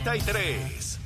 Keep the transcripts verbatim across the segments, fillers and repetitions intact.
noventa y tres.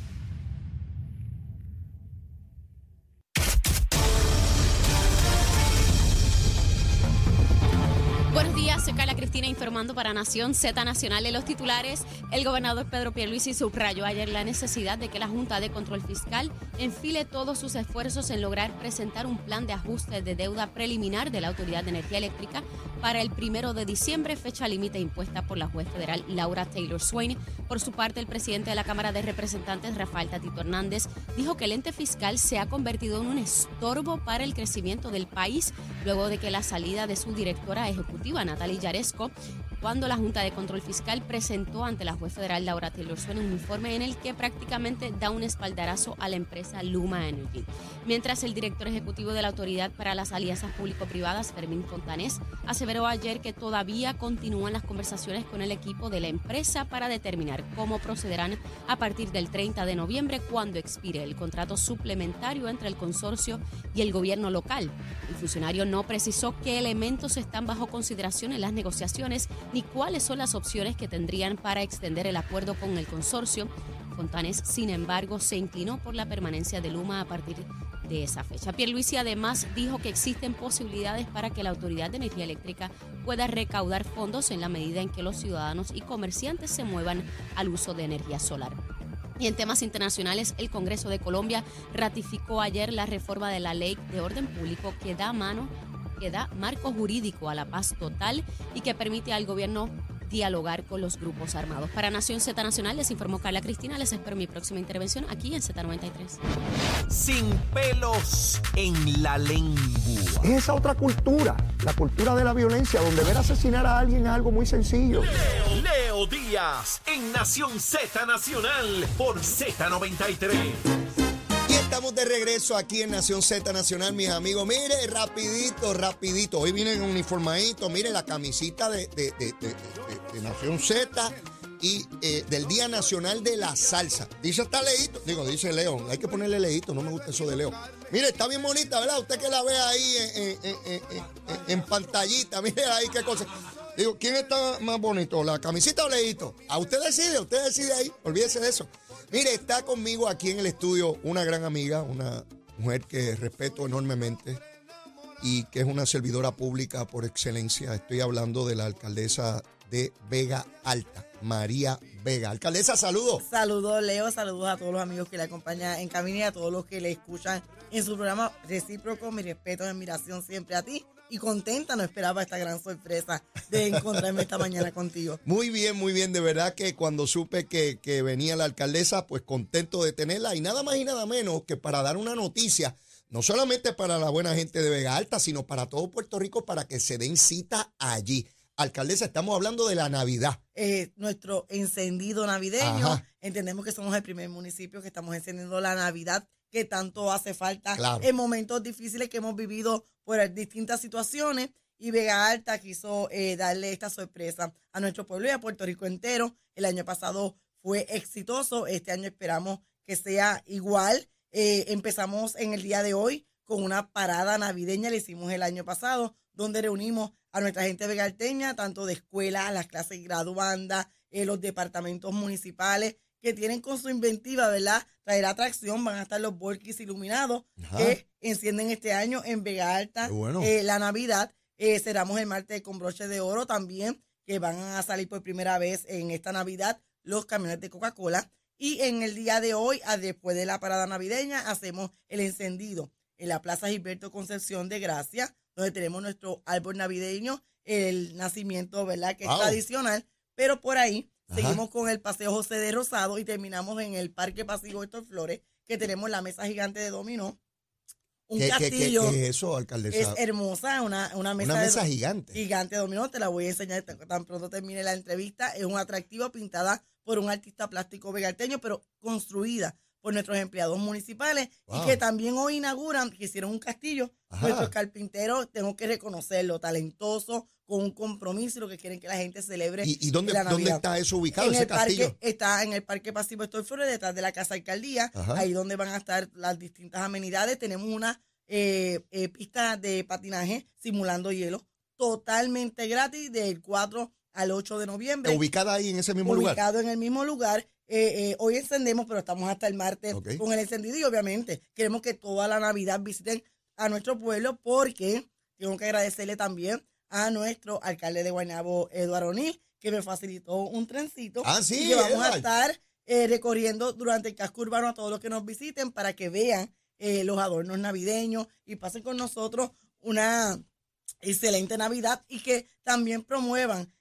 Buenos días, soy Carla Cristina informando para Nación Z Nacional. En los titulares, el gobernador Pedro Pierluisi subrayó ayer la necesidad de que la Junta de Control Fiscal enfile todos sus esfuerzos en lograr presentar un plan de ajuste de deuda preliminar de la Autoridad de Energía Eléctrica para el primero de diciembre, fecha límite impuesta por la juez federal Laura Taylor Swain. Por su parte, el presidente de la Cámara de Representantes, Rafael Tatito Hernández, dijo que el ente fiscal se ha convertido en un estorbo para el crecimiento del país luego de que la salida de su directora ejecutiva, Natalie Yaresco, cuando la Junta de Control Fiscal presentó ante la juez federal Laura Taylor Swain un informe en el que prácticamente da un espaldarazo a la empresa Luma Energy. Mientras el director ejecutivo de la Autoridad para las Alianzas Público-Privadas, Fermín Fontanés, aseveró ayer que todavía continúan las conversaciones con el equipo de la empresa para determinar cómo procederán a partir del treinta de noviembre, cuando expire el contrato suplementario entre el consorcio y el gobierno local. El funcionario no precisó qué elementos están bajo consideración en las negociaciones ni cuáles son las opciones que tendrían para extender el acuerdo con el consorcio. Fontanés, sin embargo, se inclinó por la permanencia de Luma a partir de esa fecha. Pierluisi además dijo que existen posibilidades para que la Autoridad de Energía Eléctrica pueda recaudar fondos en la medida en que los ciudadanos y comerciantes se muevan al uso de energía solar. Y en temas internacionales, el Congreso de Colombia ratificó ayer la reforma de la Ley de Orden Público que da mano que da marco jurídico a la paz total y que permite al gobierno dialogar con los grupos armados. Para Nación Z Nacional, les informó Carla Cristina. Les espero mi próxima intervención aquí en Z noventa y tres. Sin pelos en la lengua. Es esa otra cultura, la cultura de la violencia, donde ver asesinar a alguien es algo muy sencillo. Leo, Leo Díaz, en Nación Z Nacional, por Z noventa y tres. Y estamos de regreso aquí en Nación Z Nacional, mis amigos. Mire, rapidito, rapidito. Hoy vienen uniformaditos. Mire, la camisita de, de, de, de, de, de Nación Z y eh, del Día Nacional de la Salsa. Dice está Leito. Digo, dice Leo. Hay que ponerle Leito. No me gusta eso de Leo. Mire, está bien bonita, ¿verdad? Usted que la ve ahí en, en, en, en, en, en pantallita. Mire ahí qué cosa. Digo, ¿quién está más bonito? ¿La camisita o Leito? A usted decide, usted decide ahí. Olvídese de eso. Mire, está conmigo aquí en el estudio una gran amiga, una mujer que respeto enormemente y que es una servidora pública por excelencia. Estoy hablando de la alcaldesa de Vega Alta, María Vega. Alcaldesa, saludos. Saludos, Leo, saludos a todos los amigos que le acompañan en camino y a todos los que le escuchan en su programa recíproco. Mi respeto y admiración siempre a ti. Y contenta, no esperaba esta gran sorpresa de encontrarme esta mañana contigo. Muy bien, muy bien. De verdad que cuando supe que, que venía la alcaldesa, pues contento de tenerla. Y nada más y nada menos que para dar una noticia, no solamente para la buena gente de Vega Alta, sino para todo Puerto Rico, para que se den cita allí. Alcaldesa, estamos hablando de la Navidad. Eh, nuestro encendido navideño. Ajá. Entendemos que somos el primer municipio que estamos encendiendo la Navidad que tanto hace falta Claro. en momentos difíciles que hemos vivido por distintas situaciones. Y Vega Alta quiso eh, darle esta sorpresa a nuestro pueblo y a Puerto Rico entero. El año pasado fue exitoso. Este año esperamos que sea igual. Eh, empezamos en el día de hoy con una parada navideña. La hicimos el año pasado, donde reunimos a nuestra gente vegalteña, tanto de escuelas, las clases graduandas, eh, los departamentos municipales, que tienen con su inventiva, ¿verdad? Traer atracción, van a estar los volquis iluminados. Ajá. Que encienden este año en Vega Alta. Bueno. Eh, la Navidad, eh, cerramos el martes con broche de oro también, que van a salir por primera vez en esta Navidad los camiones de Coca-Cola. Y en el día de hoy, después de la parada navideña, hacemos el encendido en la Plaza Gilberto Concepción de Gracia, donde tenemos nuestro árbol navideño, el nacimiento, ¿verdad? Que wow. es tradicional, pero por ahí Ajá. seguimos con el Paseo José de Rosado y terminamos en el Parque Pasivo Héctor Flores, que tenemos la mesa gigante de dominó. Un ¿Qué, castillo. ¿qué, qué, qué es eso, alcaldesa? Es hermosa, una, una mesa, una mesa de, gigante. Gigante de dominó, te la voy a enseñar tan, tan pronto termine la entrevista. Es un atractivo pintada por un artista plástico vegalteño, pero construida por nuestros empleados municipales wow. y que también hoy inauguran, que hicieron un castillo. Ajá. Nuestros carpinteros, tengo que reconocerlo, talentosos, con un compromiso y lo que quieren que la gente celebre. ¿Y, y dónde, dónde está eso ubicado, en ese el castillo? Parque, está en el Parque Pasivo Héctor Flores, detrás de la Casa Alcaldía, Ajá. ahí donde van a estar las distintas amenidades. Tenemos una eh, eh, pista de patinaje simulando hielo, totalmente gratis, del cuatro al ocho de noviembre. ¿Ubicada ahí en ese mismo ubicado lugar? Ubicado en el mismo lugar. eh, eh, hoy encendemos, pero estamos hasta el martes Ok. con el encendido y obviamente queremos que toda la Navidad visiten a nuestro pueblo porque tengo que agradecerle también a nuestro alcalde de Guaynabo, Eduardo O'Neill, que me facilitó un trencito. Ah, sí, y que vamos Eduard. a estar eh, recorriendo durante el casco urbano a todos los que nos visiten para que vean eh, los adornos navideños y pasen con nosotros una excelente Navidad y que también promuevan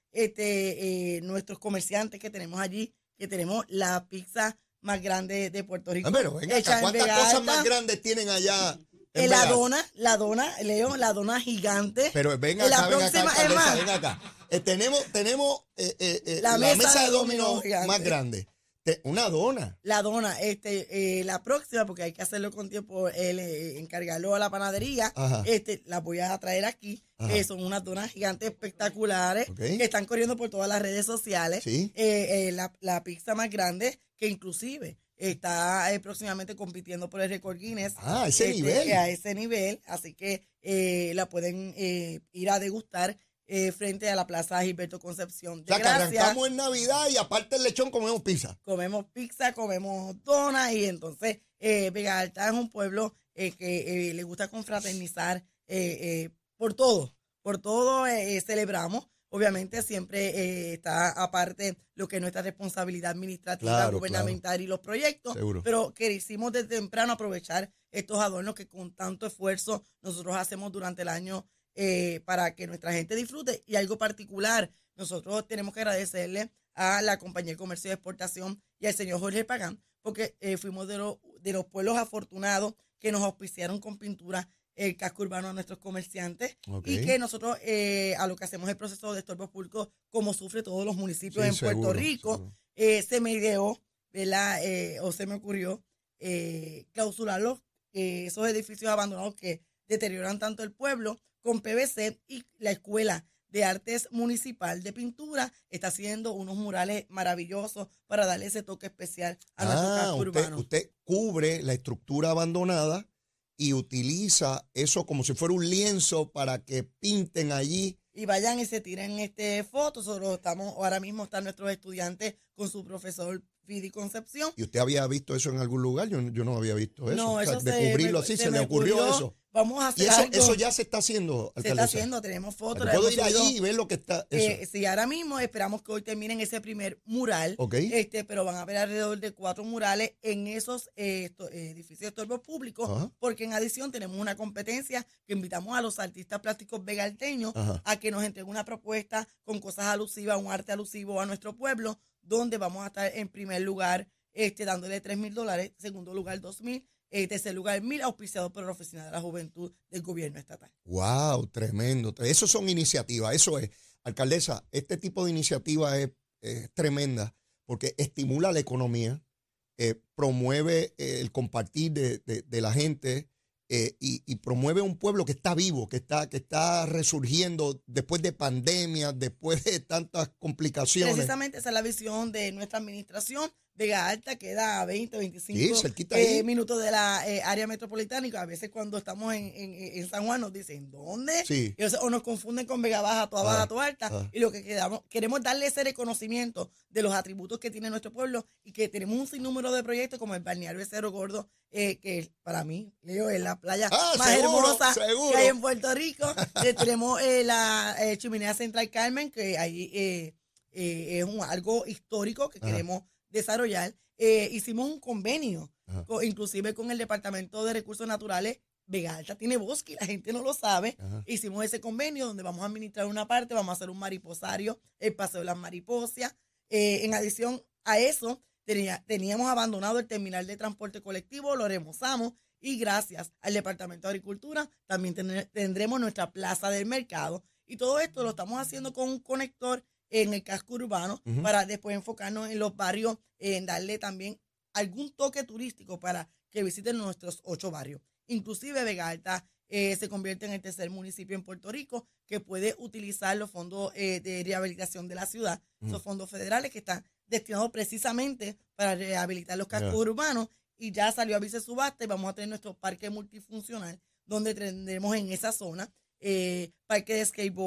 este eh, nuestros comerciantes que tenemos allí, que tenemos la pizza más grande de Puerto Rico. Ah, pero venga hecha acá, en ¿cuántas Vega cosas Alta. más grandes tienen allá? en Eh, la Vega? dona, la dona, Leo, la dona gigante. Pero venga En la acá, venga acá, próxima, es alcaldesa, más, venga acá. Eh, tenemos tenemos eh, eh, eh, La la, mesa mesa, de de dominó dominó gigante. más grande. Te- una dona. La dona, este, eh, la próxima, porque hay que hacerlo con tiempo, el, eh, encargarlo a la panadería, Ajá. este, la voy a traer aquí. Ajá. Eh, son unas donas gigantes espectaculares Ok. que están corriendo por todas las redes sociales. Sí. Eh, eh, la, la pizza más grande que inclusive está eh, próximamente compitiendo por el récord Guinness. Ah, a ese Este, nivel. eh, A ese nivel, así que eh, la pueden eh, ir a degustar eh, frente a la Plaza Gilberto Concepción O de sea, que Gracia. arrancamos en Navidad y aparte el lechón comemos pizza. Comemos pizza, comemos donas y entonces eh, Vega Alta es un pueblo eh, que eh, le gusta confraternizar eh, eh, por todo, por todo eh, eh, celebramos. Obviamente siempre eh, está aparte lo que es nuestra responsabilidad administrativa, Claro, gubernamental y los proyectos, Seguro. pero quisimos desde temprano aprovechar estos adornos que con tanto esfuerzo nosotros hacemos durante el año eh, para que nuestra gente disfrute. Y algo particular, nosotros tenemos que agradecerle a la Compañía de Comercio y Exportación y al señor Jorge Pagán, porque eh, fuimos de, los de los pueblos afortunados que nos auspiciaron con pintura el casco urbano a nuestros comerciantes Ok. y que nosotros eh, a lo que hacemos el proceso de estorbos públicos como sufre todos los municipios Sí, en Puerto seguro, Rico, seguro. eh, se me ideó, ¿verdad? Eh, o se me ocurrió eh, clausurarlos, eh, esos edificios abandonados que deterioran tanto el pueblo con P V C, y la Escuela de Artes Municipal de Pintura está haciendo unos murales maravillosos para darle ese toque especial a nuestro Ah, casco usted, urbano. usted cubre la estructura abandonada y utiliza eso como si fuera un lienzo para que pinten allí. Y vayan y se tiren este fotos. Nosotros estamos, ahora mismo están nuestros estudiantes con su profesor Fidi Concepción. ¿Y usted había visto eso en algún lugar? Yo, yo no había visto eso. No, O sea, eso de se cubrirlo me- así, se se, me le ocurrió ocurrió. eso. Vamos a Y hacer eso, algo. eso ya se está haciendo, se está alcaldesa. haciendo, tenemos fotos. Puedo hemos ir allí subido. y ver lo que está eso. Eh, sí, ahora mismo esperamos que hoy terminen ese primer mural, Ok. este, pero van a haber alrededor de cuatro murales en esos eh, esto- eh, edificios de estorbos públicos, Ajá. porque en adición tenemos una competencia que invitamos a los artistas plásticos vegalteños Ajá. a que nos entreguen una propuesta con cosas alusivas, un arte alusivo a nuestro pueblo, donde vamos a estar en primer lugar este, dándole tres mil dólares, segundo lugar dos mil, eh, tercer lugar mil, auspiciado por la Oficina de la Juventud del Gobierno Estatal. Wow, tremendo. Eso son iniciativas, eso es. Alcaldesa, este tipo de iniciativa es, es tremenda porque estimula la economía, eh, promueve eh, el compartir de, de- de la gente eh, y, y promueve un pueblo que está vivo, que está, que está resurgiendo después de pandemias, después de tantas complicaciones. Precisamente esa es la visión de nuestra administración. Vega Alta queda a veinte, veinticinco Sí, cerquita eh, ahí. minutos de la eh, área metropolitana, y a veces cuando estamos en, en, en San Juan nos dicen, ¿dónde? Sí. Y, o, sea, o nos confunden con Vega Baja, Toda Ah, Baja, Toda Alta. ah. Y lo que quedamos, queremos darle ese reconocimiento de los atributos que tiene nuestro pueblo, y que tenemos un sinnúmero de proyectos como el balneario de Cerro Gordo, eh, que para mí, Leo, es la playa Ah, más seguro, hermosa seguro. que hay en Puerto Rico. Eh, tenemos eh, la eh, Chimenea Central Carmen, que ahí eh, eh, es un, algo histórico que Ajá. queremos desarrollar. Eh, hicimos un convenio, Ajá. co- inclusive con el Departamento de Recursos Naturales. Vega Alta tiene bosque y la gente no lo sabe. Ajá. Hicimos ese convenio donde vamos a administrar una parte, vamos a hacer un mariposario, el Paseo de las Mariposas. Eh, en adición a eso, tenía- teníamos abandonado el terminal de transporte colectivo, lo remozamos, y gracias al Departamento de Agricultura también ten- tendremos nuestra plaza del mercado. Y todo esto lo estamos haciendo con un conector en el casco urbano, Ujú. para después enfocarnos en los barrios, en darle también algún toque turístico para que visiten nuestros ocho barrios. Inclusive Vega Alta eh, se convierte en el tercer municipio en Puerto Rico que puede utilizar los fondos eh, de rehabilitación de la ciudad, Mm. esos fondos federales que están destinados precisamente para rehabilitar los cascos Ya. urbanos, y ya salió a vice subasta y vamos a tener nuestro parque multifuncional donde tendremos en esa zona eh, parque de skateboard,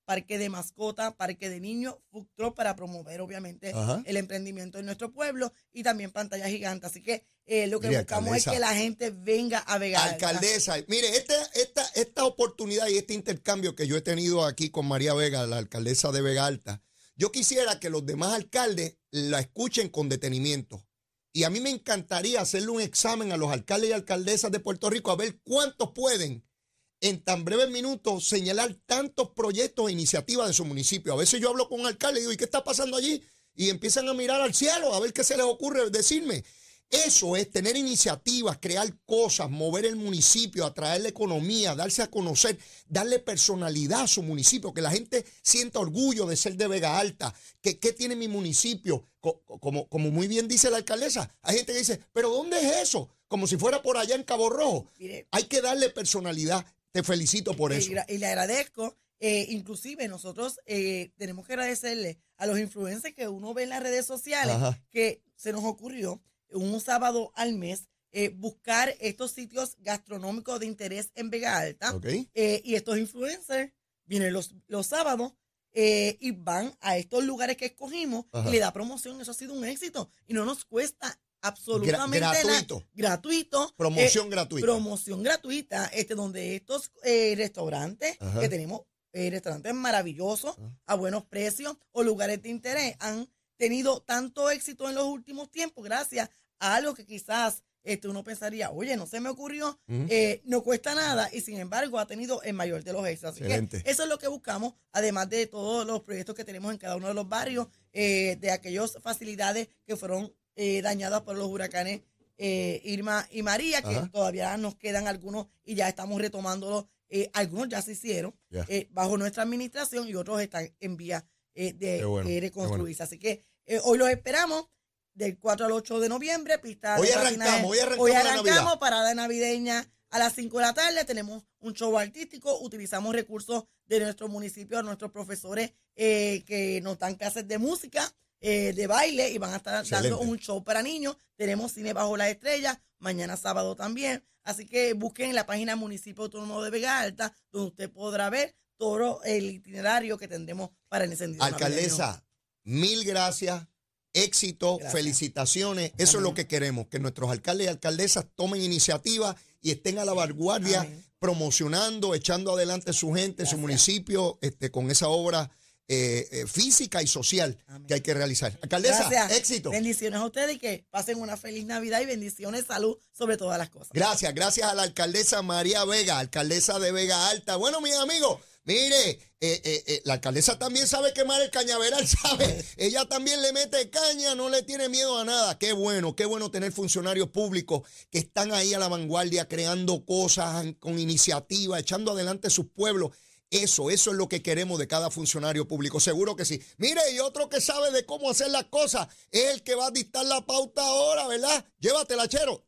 parque de mascota, parque de niños, food truck para promover obviamente Ajá. el emprendimiento en nuestro pueblo y también pantalla gigante. Así que eh, lo que Mire, buscamos alcaldesa. es que la gente venga a Vega Alta. Alcaldesa, mire, esta, esta, esta oportunidad y este intercambio que yo he tenido aquí con María Vega, la alcaldesa de Vega Alta, yo quisiera que los demás alcaldes la escuchen con detenimiento. Y a mí me encantaría hacerle un examen a los alcaldes y alcaldesas de Puerto Rico a ver cuántos pueden en tan breves minutos señalar tantos proyectos e iniciativas de su municipio. A veces yo hablo con un alcalde y digo, ¿y qué está pasando allí? Y empiezan a mirar al cielo a ver qué se les ocurre decirme. Eso es tener iniciativas, crear cosas, mover el municipio, atraer la economía, darse a conocer, darle personalidad a su municipio, que la gente sienta orgullo de ser de Vega Alta. ¿Qué, qué tiene mi municipio? Como, como muy bien dice la alcaldesa, hay gente que dice, ¿pero dónde es eso? Como si fuera por allá en Cabo Rojo. Mire, hay que darle personalidad. Te felicito por eso. Y, y le agradezco. Eh, inclusive nosotros eh, tenemos que agradecerle a los influencers que uno ve en las redes sociales. Ajá. Que se nos ocurrió un sábado al mes eh, buscar estos sitios gastronómicos de interés en Vega Alta. Okay. Eh, y estos influencers vienen los, los sábados eh, y van a estos lugares que escogimos. Ajá. Y le da promoción. Eso ha sido un éxito y no nos cuesta absolutamente Gra- gratuito. nada. Gratuito. Promoción eh, gratuita. Promoción gratuita, este, donde estos eh, restaurantes, Ajá. que tenemos eh, restaurantes maravillosos, Ajá. a buenos precios, o lugares de interés, han tenido tanto éxito en los últimos tiempos, gracias a algo que quizás este, uno pensaría, oye, no se me ocurrió, uh-huh. eh, no cuesta nada, y sin embargo ha tenido el mayor de los éxitos. Así que eso es lo que buscamos, además de todos los proyectos que tenemos en cada uno de los barrios, eh, de aquellas facilidades que fueron Eh, dañadas por los huracanes eh, Irma y María, que Ajá. todavía nos quedan algunos y ya estamos retomándolos. Eh, algunos ya se hicieron yeah. eh, bajo nuestra administración y otros están en vía eh, de bueno, eh, reconstruirse. Bueno. Así que eh, hoy los esperamos del cuatro al ocho de noviembre. Pista hoy, de arrancamos, hoy arrancamos, hoy arrancamos parada navideña a las cinco de la tarde. Tenemos un show artístico, utilizamos recursos de nuestro municipio, nuestros profesores eh, que nos dan clases de música. Eh, de baile y van a estar Excelente. dando un show para niños. Tenemos cine bajo las estrellas, mañana sábado también. Así que busquen en la página Municipio Autónomo de Vega Alta, donde usted podrá ver todo el itinerario que tendremos para el encendido. Alcaldesa, navideño. Mil gracias, éxito, gracias. Felicitaciones. Amén. Eso es lo que queremos, que nuestros alcaldes y alcaldesas tomen iniciativa y estén a la vanguardia, Amén. promocionando, echando adelante su gente, gracias. su municipio, este, con esa obra Eh, eh, física y social Amén. que hay que realizar. Alcaldesa, Gracias. éxito. Bendiciones a ustedes y que pasen una feliz Navidad y bendiciones, salud sobre todas las cosas. Gracias, gracias a la alcaldesa María Vega, alcaldesa de Vega Alta. Bueno, mis amigos, mire, eh, eh, eh, la alcaldesa también sabe quemar el cañaveral, ¿sabe? Ella también le mete caña, no le tiene miedo a nada. Qué bueno, qué bueno tener funcionarios públicos que están ahí a la vanguardia, creando cosas con iniciativa, echando adelante sus pueblos. Eso, eso es lo que queremos de cada funcionario público, seguro que sí. Mire, y otro que sabe de cómo hacer las cosas es el que va a dictar la pauta ahora, ¿verdad? Llévatela, Chero.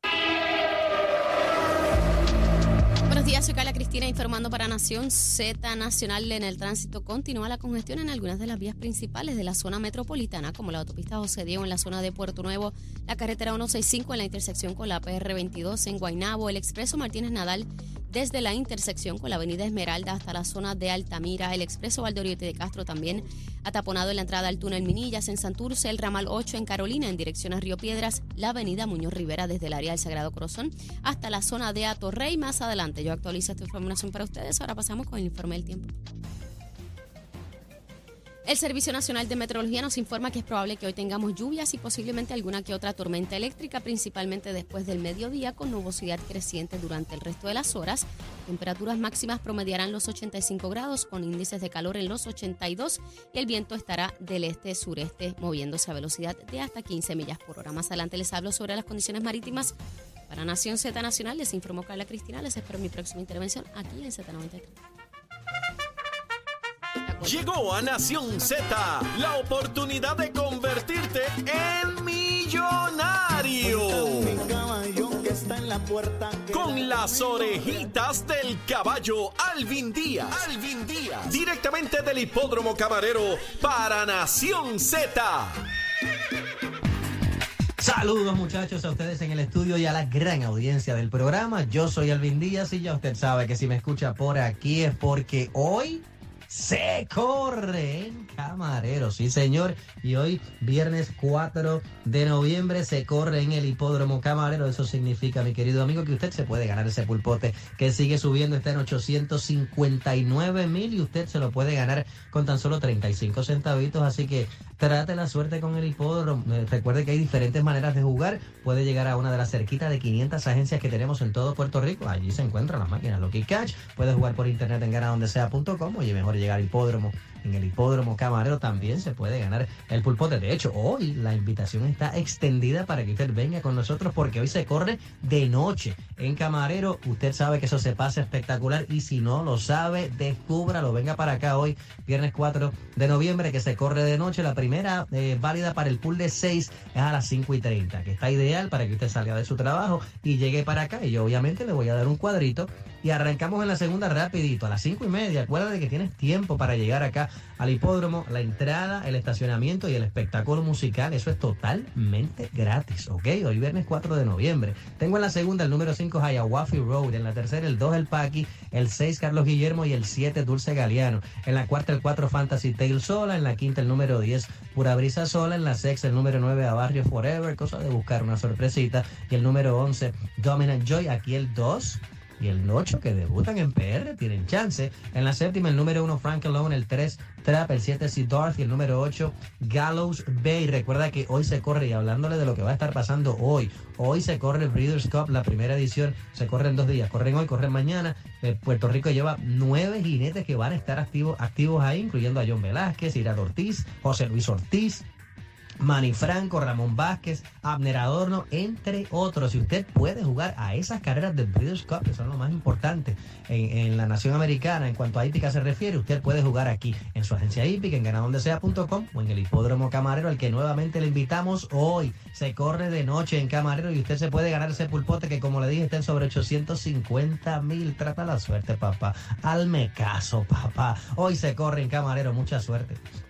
Buenos días, soy Carla Cristina informando para Nación Z Nacional. En el tránsito continúa la congestión en algunas de las vías principales de la zona metropolitana, como la autopista José Diego en la zona de Puerto Nuevo, la carretera ciento sesenta y cinco en la intersección con la P R veintidós en Guaynabo, el expreso Martínez Nadal desde la intersección con la avenida Esmeralda hasta la zona de Altamira, el expreso Valdoriotti de Castro también ataponado en la entrada al túnel Minillas en Santurce, el ramal ocho en Carolina en dirección a Río Piedras, la avenida Muñoz Rivera desde el área del Sagrado Corazón hasta la zona de Atorrey. Más adelante yo actualizo esta información para ustedes. Ahora pasamos con el informe del tiempo. El Servicio Nacional de Meteorología nos informa que es probable que hoy tengamos lluvias y posiblemente alguna que otra tormenta eléctrica, principalmente después del mediodía, con nubosidad creciente durante el resto de las horas. Temperaturas máximas promediarán los ochenta y cinco grados, con índices de calor en los ochenta y dos, y el viento estará del este-sureste, moviéndose a velocidad de hasta quince millas por hora. Más adelante les hablo sobre las condiciones marítimas. Para Nación Z Nacional les informó Carla Cristina. Les espero mi próxima intervención aquí en Z noventa y tres. Llegó a Nación Z la oportunidad de convertirte en millonario. Con las orejitas del caballo Alvin Díaz. Alvin Díaz. Directamente del Hipódromo Camarero para Nación Z. Saludos muchachos a ustedes en el estudio y a la gran audiencia del programa. Yo soy Alvin Díaz y ya usted sabe que si me escucha por aquí es porque hoy se corre en Camarero, sí señor, y hoy viernes cuatro de noviembre se corre en el Hipódromo Camarero. Eso significa, mi querido amigo, que usted se puede ganar ese pulpote que sigue subiendo, está en ochocientos cincuenta y nueve mil y usted se lo puede ganar con tan solo treinta y cinco centavitos, así que trate la suerte con el hipódromo. Recuerde que hay diferentes maneras de jugar. Puede llegar a una de las cerquita de quinientas agencias que tenemos en todo Puerto Rico. Allí se encuentran las máquinas Lucky Catch. Puede jugar por internet en gana donde sea punto com. Oye, mejor llegar al hipódromo. En el Hipódromo Camarero también se puede ganar el pulpote. De hecho, hoy la invitación está extendida para que usted venga con nosotros porque hoy se corre de noche en Camarero. Usted sabe que eso se pasa espectacular y si no lo sabe, descúbralo. Venga para acá hoy, viernes cuatro de noviembre, que se corre de noche. La primera eh, válida para el pool de seis es a las cinco y treinta, que está ideal para que usted salga de su trabajo y llegue para acá. Y yo obviamente le voy a dar un cuadrito y arrancamos en la segunda rapidito, a las cinco y media. Acuérdate que tienes tiempo para llegar acá al hipódromo. La entrada, el estacionamiento y el espectáculo musical, eso es totalmente gratis, ¿ok? Hoy viernes cuatro de noviembre. Tengo en la segunda el número cinco Hiawassee Road, en la tercera el dos El Paqui, el seis Carlos Guillermo y el siete Dulce Galeano. En la cuarta el cuatro Fantasy Tale Sola, en la quinta el número diez Pura Brisa Sola, en la sexta el número nueve A Barrio Forever, cosa de buscar una sorpresita, y el número once Dominant Joy. Aquí el dos y el ocho que debutan en P R tienen chance. En la séptima el número uno Frank Alone, el tres Trap, el siete Siddharth y el número ocho Gallows Bay. Recuerda que hoy se corre, y hablándole de lo que va a estar pasando hoy, hoy se corre el Breeders' Cup, la primera edición, se corre en dos días, corren hoy, corren mañana. eh, Puerto Rico lleva nueve jinetes que van a estar activos, activos ahí, incluyendo a John Velázquez, Irad Ortiz, José Luis Ortiz, Manny Franco, Ramón Vázquez, Abner Adorno, entre otros. Y usted puede jugar a esas carreras del Breeders' Cup, que son lo más importante en, en la nación americana. En cuanto a hípica se refiere, usted puede jugar aquí en su agencia hípica, en gana donde sea punto com o en el Hipódromo Camarero, al que nuevamente le invitamos hoy. Se corre de noche en Camarero y usted se puede ganar ese pulpote que, como le dije, está en sobre ochocientos cincuenta mil. Trata la suerte, papá. Hazme caso, papá. Hoy se corre en Camarero. Mucha suerte.